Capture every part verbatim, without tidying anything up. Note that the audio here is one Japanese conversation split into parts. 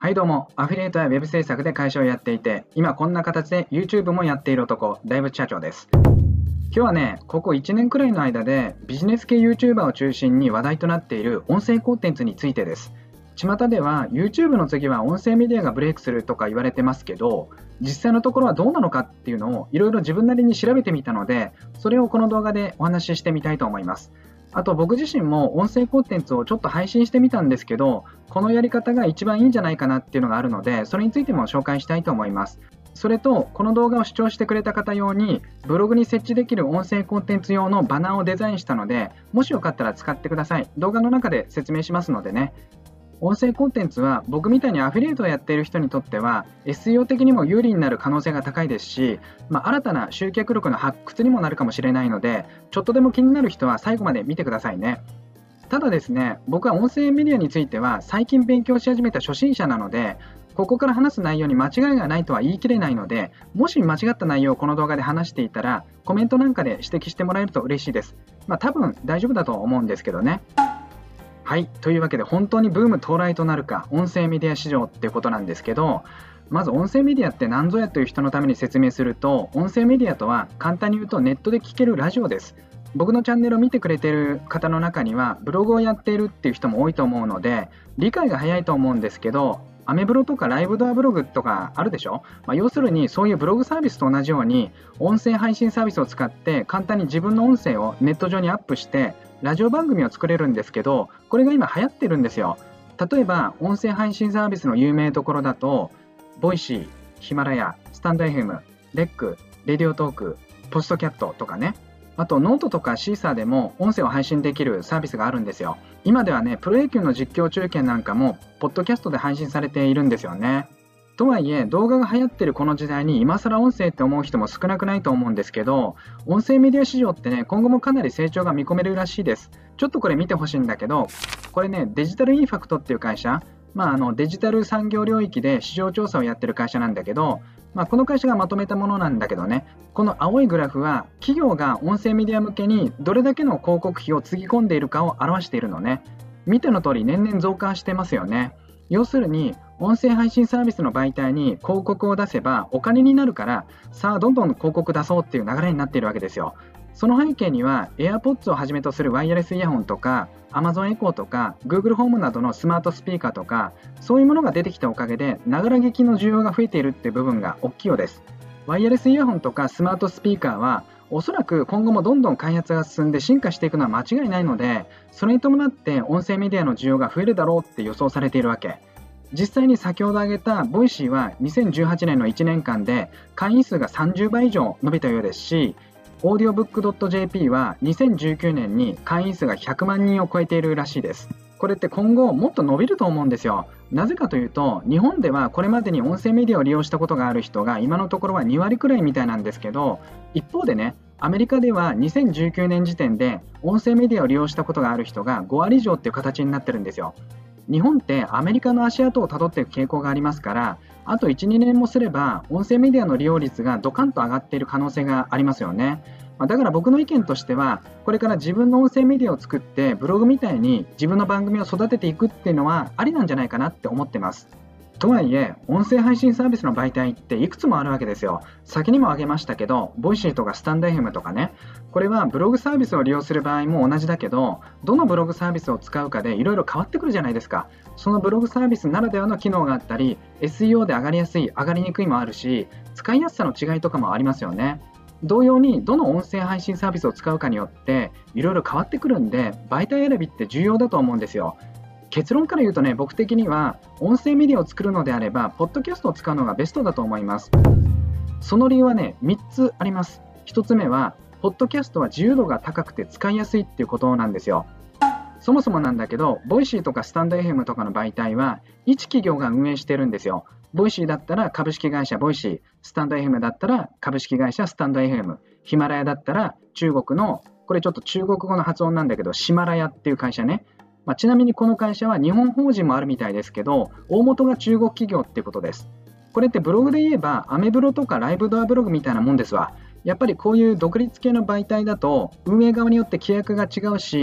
はいどうも、アフィリエイトやウェブ制作で会社をやっていて、今こんな形で YouTube もやっている男、大仏社長です。今日はね、ここいちねんくらいの間でビジネス系 YouTuber を中心に話題となっている音声コンテンツについてです。巷では YouTube の次は音声メディアがブレイクするとか言われてますけど、実際のところはどうなのかっていうのをいろいろ自分なりに調べてみたので、それをこの動画でお話ししてみたいと思います。あと僕自身も音声コンテンツをちょっと配信してみたんですけど、このやり方が一番いいんじゃないかなっていうのがあるので、それについても紹介したいと思います。それとこの動画を視聴してくれた方用にブログに設置できる音声コンテンツ用のバナーをデザインしたので、もしよかったら使ってください。動画の中で説明しますのでね。音声コンテンツは僕みたいにアフィリエイトをやっている人にとっては エスイーオー 的にも有利になる可能性が高いですし、まあ、新たな集客力の発掘にもなるかもしれないので、ちょっとでも気になる人は最後まで見てくださいね。ただですね、僕は音声メディアについては最近勉強し始めた初心者なので、ここから話す内容に間違いがないとは言い切れないので、もし間違った内容をこの動画で話していたらコメントなんかで指摘してもらえると嬉しいです。まあ多分大丈夫だと思うんですけどね。はい、というわけで本当にブーム到来となるか、音声メディア市場っていうことなんですけど、まず音声メディアって何ぞやという人のために説明すると、音声メディアとは簡単に言うとネットで聞けるラジオです。僕のチャンネルを見てくれている方の中にはブログをやっているっていう人も多いと思うので、理解が早いと思うんですけど、アメブロとかライブドアブログとかあるでしょ、まあ、要するにそういうブログサービスと同じように音声配信サービスを使って簡単に自分の音声をネット上にアップしてラジオ番組を作れるんですけど、これが今流行ってるんですよ。例えば音声配信サービスの有名どころだとボイシー、ヒマラヤ、スタンド エフエム、レック、レディオトーク、ポストキャットとかね、あとノートとかシーサーでも音声を配信できるサービスがあるんですよ。今ではね、プロ野球の実況中継なんかもポッドキャストで配信されているんですよね。とはいえ動画が流行ってるこの時代に今更音声って思う人も少なくないと思うんですけど、音声メディア市場ってね、今後もかなり成長が見込めるらしいです。ちょっとこれ見てほしいんだけど、これね、デジタルインファクトっていう会社、まあ、あのデジタル産業領域で市場調査をやってる会社なんだけど、まあ、この会社がまとめたものなんだけどね、この青いグラフは企業が音声メディア向けにどれだけの広告費をつぎ込んでいるかを表しているのね。見ての通り年々増加してますよね。要するに音声配信サービスの媒体に広告を出せばお金になるから、さあどんどん広告出そうっていう流れになっているわけですよ。その背景には AirPods をはじめとするワイヤレスイヤホンとか Amazon Echo とか Google ホームなどのスマートスピーカーとか、そういうものが出てきたおかげでながら聞きの需要が増えているっていう部分が大きいようです。ワイヤレスイヤホンとかスマートスピーカーはおそらく今後もどんどん開発が進んで進化していくのは間違いないので、それに伴って音声メディアの需要が増えるだろうって予想されているわけ。実際に先ほど挙げたボイシーはにせんじゅうはちねんのいちねんかんで会員数がさんじゅうばい以上伸びたようですし、オーディオブックドットジェーピー はにせんじゅうきゅうねんに会員数がひゃくまんにんを超えているらしいです。これって今後もっと伸びると思うんですよ。なぜかというと、日本ではこれまでに音声メディアを利用したことがある人が今のところはにわりくらいみたいなんですけど、一方でね、アメリカではにせんじゅうきゅうねん時点で音声メディアを利用したことがある人がごわり以上っていう形になってるんですよ。日本ってアメリカの足跡をたどっていく傾向がありますから、あといち、にねんもすれば音声メディアの利用率がドカンと上がっている可能性がありますよね。だから僕の意見としては、これから自分の音声メディアを作ってブログみたいに自分の番組を育てていくっていうのはありなんじゃないかなって思ってます。とはいえ音声配信サービスの媒体っていくつもあるわけですよ。先にも挙げましたけど、ボイシーとかスタンド エフエム とかね、これはブログサービスを利用する場合も同じだけど、どのブログサービスを使うかでいろいろ変わってくるじゃないですか。そのブログサービスならではの機能があったり、 エスイーオー で上がりやすい上がりにくいもあるし、使いやすさの違いとかもありますよね。同様にどの音声配信サービスを使うかによっていろいろ変わってくるんで、媒体選びって重要だと思うんですよ。結論から言うとね、僕的には音声メディアを作るのであればポッドキャストを使うのがベストだと思います。その理由はね、みっつあります。ひとつめはポッドキャストは自由度が高くて使いやすいっていうことなんですよ。そもそもなんだけど、ボイシーとかスタンド エフエム とかの媒体は一企業が運営してるんですよ。ボイシーだったら株式会社ボイシー、スタンド エフエム だったら株式会社スタンド エフエム、ヒマラヤだったら中国の、これちょっと中国語の発音なんだけど、シマラヤっていう会社ね。まあ、ちなみにこの会社は日本法人もあるみたいですけど、大元が中国企業っていうことです。これってブログで言えばアメブロとかライブドアブログみたいなもんですわ。やっぱりこういう独立系の媒体だと運営側によって規約が違うし、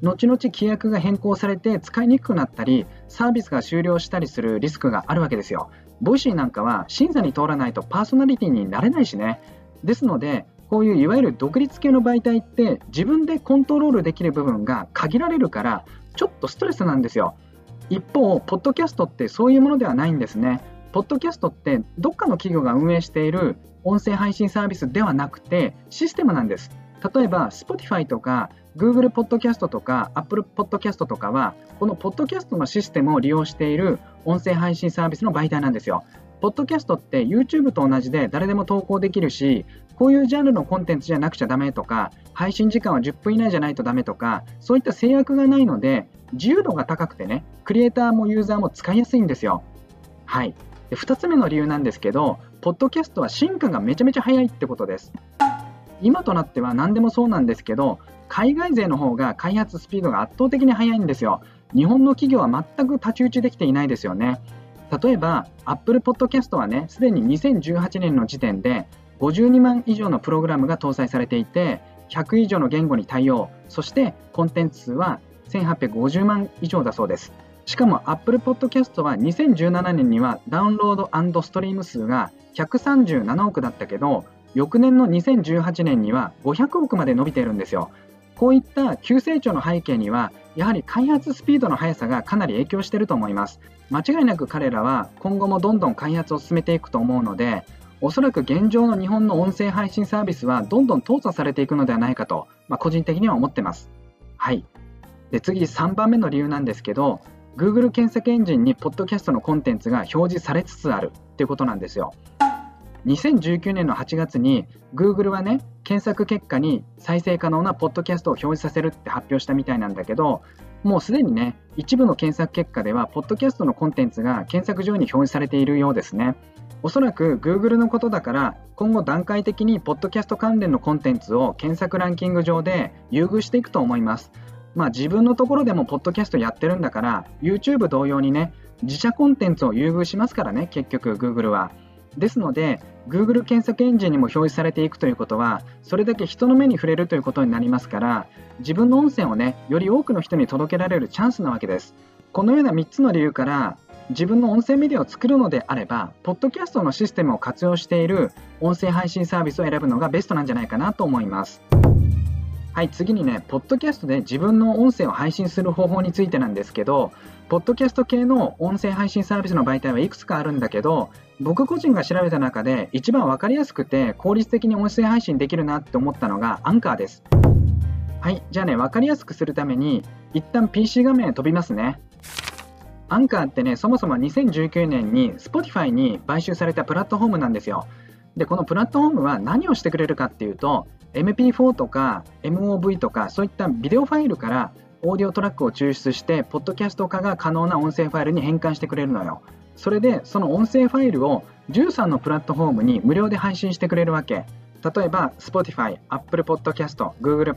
後々規約が変更されて使いにくくなったり、サービスが終了したりするリスクがあるわけですよ。ボイシーなんかは審査に通らないとパーソナリティになれないしね。ですので、こういういわゆる独立系の媒体って自分でコントロールできる部分が限られるからちょっとストレスなんですよ。一方、ポッドキャストってそういうものではないんですね。ポッドキャストってどっかの企業が運営している音声配信サービスではなくてシステムなんです。例えば Spotify とか Google ポッドキャストとか Apple ポッドキャストとかはこのポッドキャストのシステムを利用している音声配信サービスの媒体なんですよ。ポッドキャストって YouTube と同じで誰でも投稿できるし、こういうジャンルのコンテンツじゃなくちゃダメとか、配信時間はじゅっぷん以内じゃないとダメとか、そういった制約がないので自由度が高くてね、クリエイターもユーザーも使いやすいんですよ。はい。で、ふたつめの理由なんですけど、ポッドキャストは進化がめちゃめちゃ早いってことです。今となっては何でもそうなんですけど、海外勢の方が開発スピードが圧倒的に速いんですよ。日本の企業は全く太刀打ちできていないですよね。例えば Apple Podcast はね、すでににせんじゅうはちねんの時点でごじゅうにまん以上のプログラムが搭載されていて、ひゃく以上の言語に対応、そしてコンテンツ数はせんはっぴゃくごじゅうまん以上だそうです。しかも Apple Podcast はにせんじゅうななねんにはダウンロード&ストリーム数がひゃくさんじゅうななおくだったけど、翌年のにせんじゅうはちねんにはごひゃくおくまで伸びているんですよ。こういった急成長の背景にはやはり開発スピードの速さがかなり影響していると思います。間違いなく彼らは今後もどんどん開発を進めていくと思うので、おそらく現状の日本の音声配信サービスはどんどん淘汰されていくのではないかと、まあ、個人的には思ってます。はい。で、次さんばんめの理由なんですけど、Google 検索エンジンにポッドキャストのコンテンツが表示されつつあるっていうことなんですよ。にせんじゅうきゅうねんのはちがつに Google はね、検索結果に再生可能なポッドキャストを表示させるって発表したみたいなんだけど、もうすでにね、一部の検索結果ではポッドキャストのコンテンツが検索上に表示されているようですね。おそらく Google のことだから今後段階的にポッドキャスト関連のコンテンツを検索ランキング上で優遇していくと思います。まあ自分のところでもポッドキャストやってるんだから YouTube 同様にね、自社コンテンツを優遇しますからね、結局 Google は。ですので Google 検索エンジンにも表示されていくということは、それだけ人の目に触れるということになりますから、自分の音声をね、より多くの人に届けられるチャンスなわけです。このようなみっつの理由から自分の音声メディアを作るのであれば、ポッドキャストのシステムを活用している音声配信サービスを選ぶのがベストなんじゃないかなと思います。はい、次にね、ポッドキャストで自分の音声を配信する方法についてなんですけど、ポッドキャスト系の音声配信サービスの媒体はいくつかあるんだけど、僕個人が調べた中で一番分かりやすくて効率的に音声配信できるなって思ったのがアンカーです。はい、じゃあね、分かりやすくするために一旦 ピーシー 画面へ飛びますね。アンカーってね、そもそもにせんじゅうきゅうねんに Spotify に買収されたプラットフォームなんですよ。で、このプラットフォームは何をしてくれるかっていうと、エムピーフォー とか エムオーブイ とかそういったビデオファイルからオーディオトラックを抽出してポッドキャスト化が可能な音声ファイルに変換してくれるのよ。それでその音声ファイルをじゅうさんのプラットフォームに無料で配信してくれるわけ。例えば Spotify、Apple Podcast、Google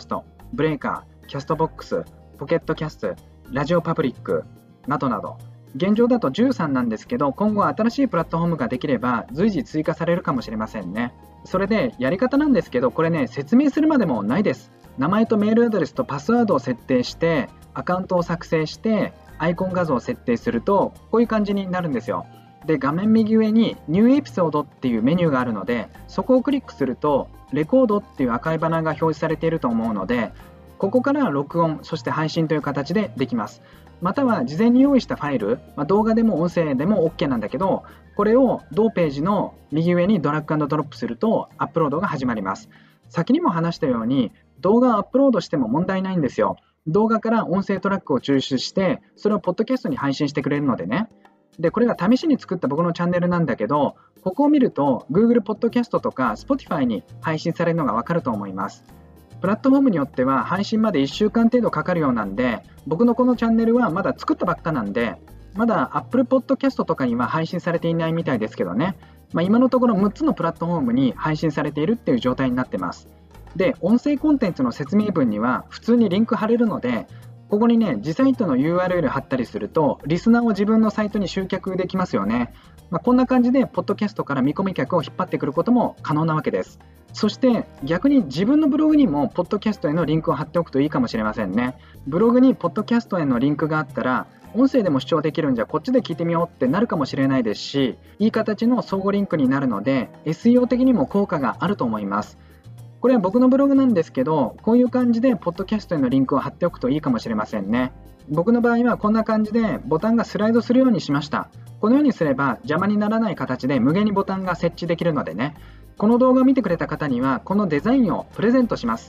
Podcast、Breaker、Castbox、Pocket Cast、ラジオパブリックなどなど、現状だとじゅうさんなんですけど、今後新しいプラットフォームができれば随時追加されるかもしれませんね。それでやり方なんですけど、これね、説明するまでもないです。名前とメールアドレスとパスワードを設定してアカウントを作成してアイコン画像を設定するとこういう感じになるんですよ。で、画面右上にニューエピソードっていうメニューがあるので、そこをクリックするとレコードっていう赤いバナーが表示されていると思うので、ここから録音、そして配信という形でできます。または事前に用意したファイル、まあ、動画でも音声でも OK なんだけど、これを同ページの右上にドラッグ&ドロップするとアップロードが始まります。先にも話したように動画をアップロードしても問題ないんですよ。動画から音声トラックを抽出してそれをポッドキャストに配信してくれるのでね。で、これが試しに作った僕のチャンネルなんだけど、ここを見ると Google ポッドキャストとか Spotify に配信されるのがわかると思います。プラットフォームによっては配信までいっしゅうかん程度かかるようなんで、僕のこのチャンネルはまだ作ったばっかなんで、まだ Apple Podcast とかには配信されていないみたいですけどね、まあ、今のところむっつのプラットフォームに配信されているっていう状態になってます。で、音声コンテンツの説明文には普通にリンク貼れるので、こここにね、自サイトの ユーアールエル 貼ったりすると、リスナーを自分のサイトに集客できますよね。まあ、こんな感じで、ポッドキャストから見込み客を引っ張ってくることも可能なわけです。そして逆に自分のブログにもポッドキャストへのリンクを貼っておくといいかもしれませんね。ブログにポッドキャストへのリンクがあったら、音声でも視聴できるんじゃこっちで聞いてみようってなるかもしれないですし、いい形の相互リンクになるので エスイーオー 的にも効果があると思います。これは僕のブログなんですけど、こういう感じでポッドキャストへのリンクを貼っておくといいかもしれませんね。僕の場合はこんな感じでボタンがスライドするようにしました。このようにすれば邪魔にならない形で無限にボタンが設置できるのでね。この動画を見てくれた方にはこのデザインをプレゼントします。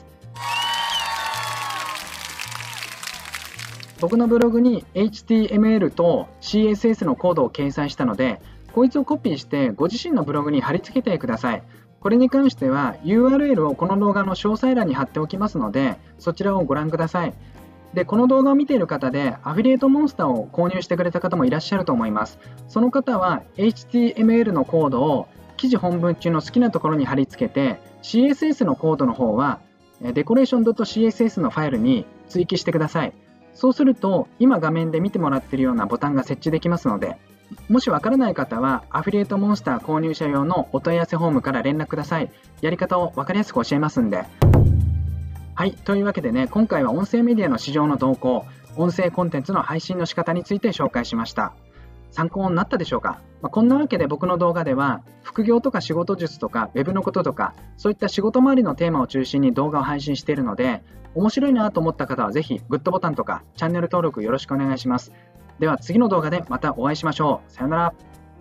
僕のブログに エイチティーエムエル と シーエスエス のコードを掲載したので、こいつをコピーしてご自身のブログに貼り付けてください。これに関しては ユーアールエル をこの動画の詳細欄に貼っておきますので、そちらをご覧ください。で、この動画を見ている方でアフィリエイトモンスターを購入してくれた方もいらっしゃると思います。その方は エイチティーエムエル のコードを記事本文中の好きなところに貼り付けて、 シーエスエス のコードの方は デコレーション ドット シーエスエス のファイルに追記してください。そうすると今画面で見てもらっているようなボタンが設置できますので、もしわからない方はアフィリエイトモンスター購入者用のお問い合わせフォームから連絡ください。やり方を分かりやすく教えますんで。はい、というわけでね、今回は音声メディアの市場の動向、音声コンテンツの配信の仕方について紹介しました。参考になったでしょうか。まあ、こんなわけで僕の動画では副業とか仕事術とかウェブのこととか、そういった仕事周りのテーマを中心に動画を配信しているので、面白いなと思った方はぜひグッドボタンとかチャンネル登録よろしくお願いします。では次の動画でまたお会いしましょう。さよなら。